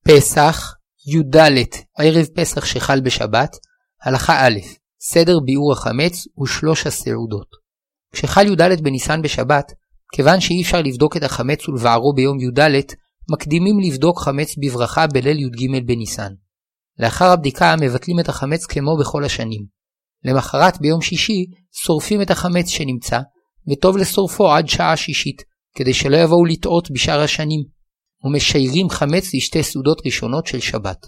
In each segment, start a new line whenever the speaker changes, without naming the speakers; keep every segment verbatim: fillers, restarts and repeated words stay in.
פסח, י"ד, ערב פסח שחל בשבת, הלכה א', סדר ביעור החמץ ושלוש הסעודות. כשחל י"ד בניסן בשבת, כיוון שאי אפשר לבדוק את החמץ ולבערו ביום י"ד, מקדימים לבדוק חמץ בברכה בליל י"ג בניסן. לאחר הבדיקה מבטלים את החמץ כמו בכל השנים. למחרת ביום שישי שורפים את החמץ שנמצא, וטוב לשורפו עד שעה שישית, כדי שלא יבואו לטעות בשאר השנים, ומשיירים חמץ לשתי סעודות ראשונות של שבת.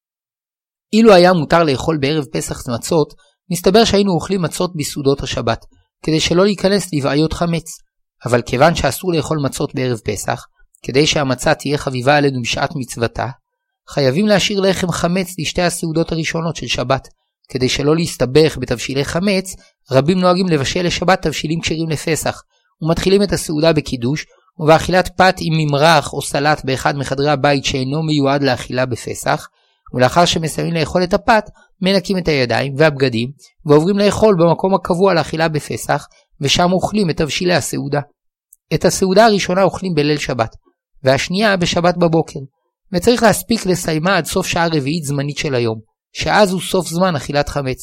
אילו היה מותר לאכול בערב פסח מצות, מסתבר שהיינו אוכלים מצות בסעודות השבת, כדי שלא להיכנס לבעיות חמץ. אבל כיוון שאסור לאכול מצות בערב פסח, כדי שהמצה תהיה חביבה עלינו בשעת מצוותה, חייבים להשאיר לחם חמץ לשתי הסעודות הראשונות של שבת. כדי שלא להסתבך בתבשילי חמץ, רבים נוהגים לבשל לשבת תבשילים כשרים לפסח, ומתחילים את הסעודה בקידוש, ובאכילת פת עם ממרח או סלט באחד מחדרי הבית שאינו מיועד לאכילה בפסח, ולאחר שמסיימים לאכול את הפת, מנקים את הידיים והבגדים, ועוברים לאכול במקום הקבוע לאכילה בפסח, ושם אוכלים את תבשילי הסעודה. את הסעודה הראשונה אוכלים בליל שבת, והשנייה בשבת בבוקר, וצריך להספיק לסיימה עד סוף שעה רביעית זמנית של היום, שאז הוא סוף זמן אכילת חמץ.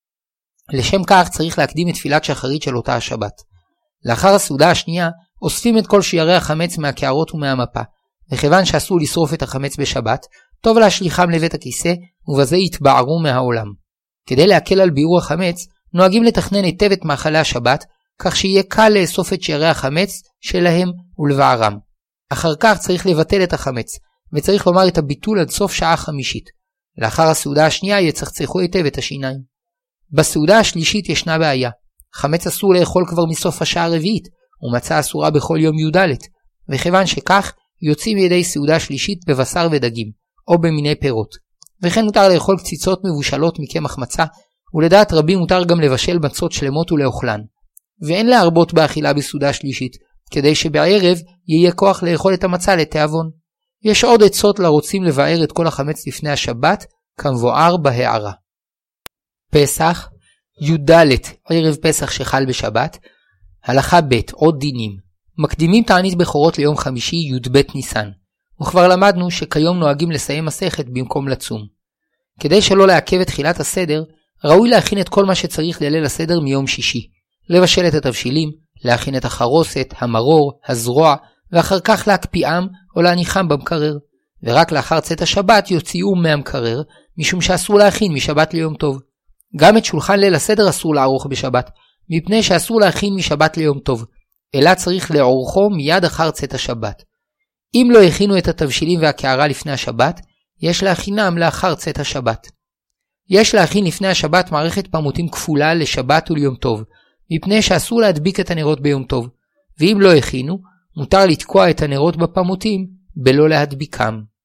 לשם כך צריך להקדים את תפילת שחרית של אותה השבת. לאחר הסעודה השנייה, אוספים את כל שיירי החמץ מהקערות ומהמפה, וכיוון שאסור לשרוף את החמץ בשבת, טוב להשליחם לבית הכיסא, ובזה יתבערו מהעולם. כדי להקל על ביעור החמץ, נוהגים לתכנן היטב את מאכלי השבת, כך שיהיה קל לאסוף את שיירי החמץ שלהם ולבערם. אחר כך צריך לבטל את החמץ, וצריך לומר את הביטול עד סוף שעה חמישית. לאחר הסעודה השנייה יצחצחו היטב את השיניים. בסעודה השלישית ישנה בעיה. חמץ אסור לאכול כבר מסוף השעה הרביעית, ומצה אסורה בכל יום י"ד, וכיוון שכך יוצאים ידי סעודה שלישית בבשר ודגים, או במיני פירות. וכן מותר לאכול קציצות מבושלות מקמח מצה, ולדעת רבים מותר גם לבשל מצות שלמות ולאוכלן. ואין להרבות באכילה בסעודה שלישית, כדי שבערב יהיה כוח לאכול את המצה לתיאבון. יש עוד עצות לרוצים לבאר את כל החמץ לפני השבת, כמבואר בהערה. פסח, י"ד, ערב פסח שחל בשבת, הלכה ב', עוד דינים. מקדימים תענית בכורות ליום חמישי י"ב ניסן, וכבר למדנו שכיום נוהגים לסיים מסכת במקום לצום. כדי שלא לעכב את תחילת הסדר, ראוי להכין את כל מה שצריך לליל הסדר מיום שישי, לבשל את התבשילים, להכין את החרוסת, המרור, הזרוע, ואחר כך להקפיאם או להניחם במקרר, ורק לאחר צאת השבת יוציאו מהמקרר, משום שאסור להכין משבת ליום טוב. גם את שולחן ליל הסדר אסור לערוך בשבת, מפני שאסור להכין משבת ליום טוב, אלא צריך לעורכו מיד אחר צאת השבת. אם לא הכינו את התבשילים והקערה לפני השבת, יש להכינם לאחר צאת השבת. יש להכין לפני השבת מערכת פמוטים כפולה לשבת וליום טוב, מפני שאסור להדביק את הנרות ביום טוב, ואם לא הכינו, מותר לתקוע את הנרות בפמוטים בלא להדביקם.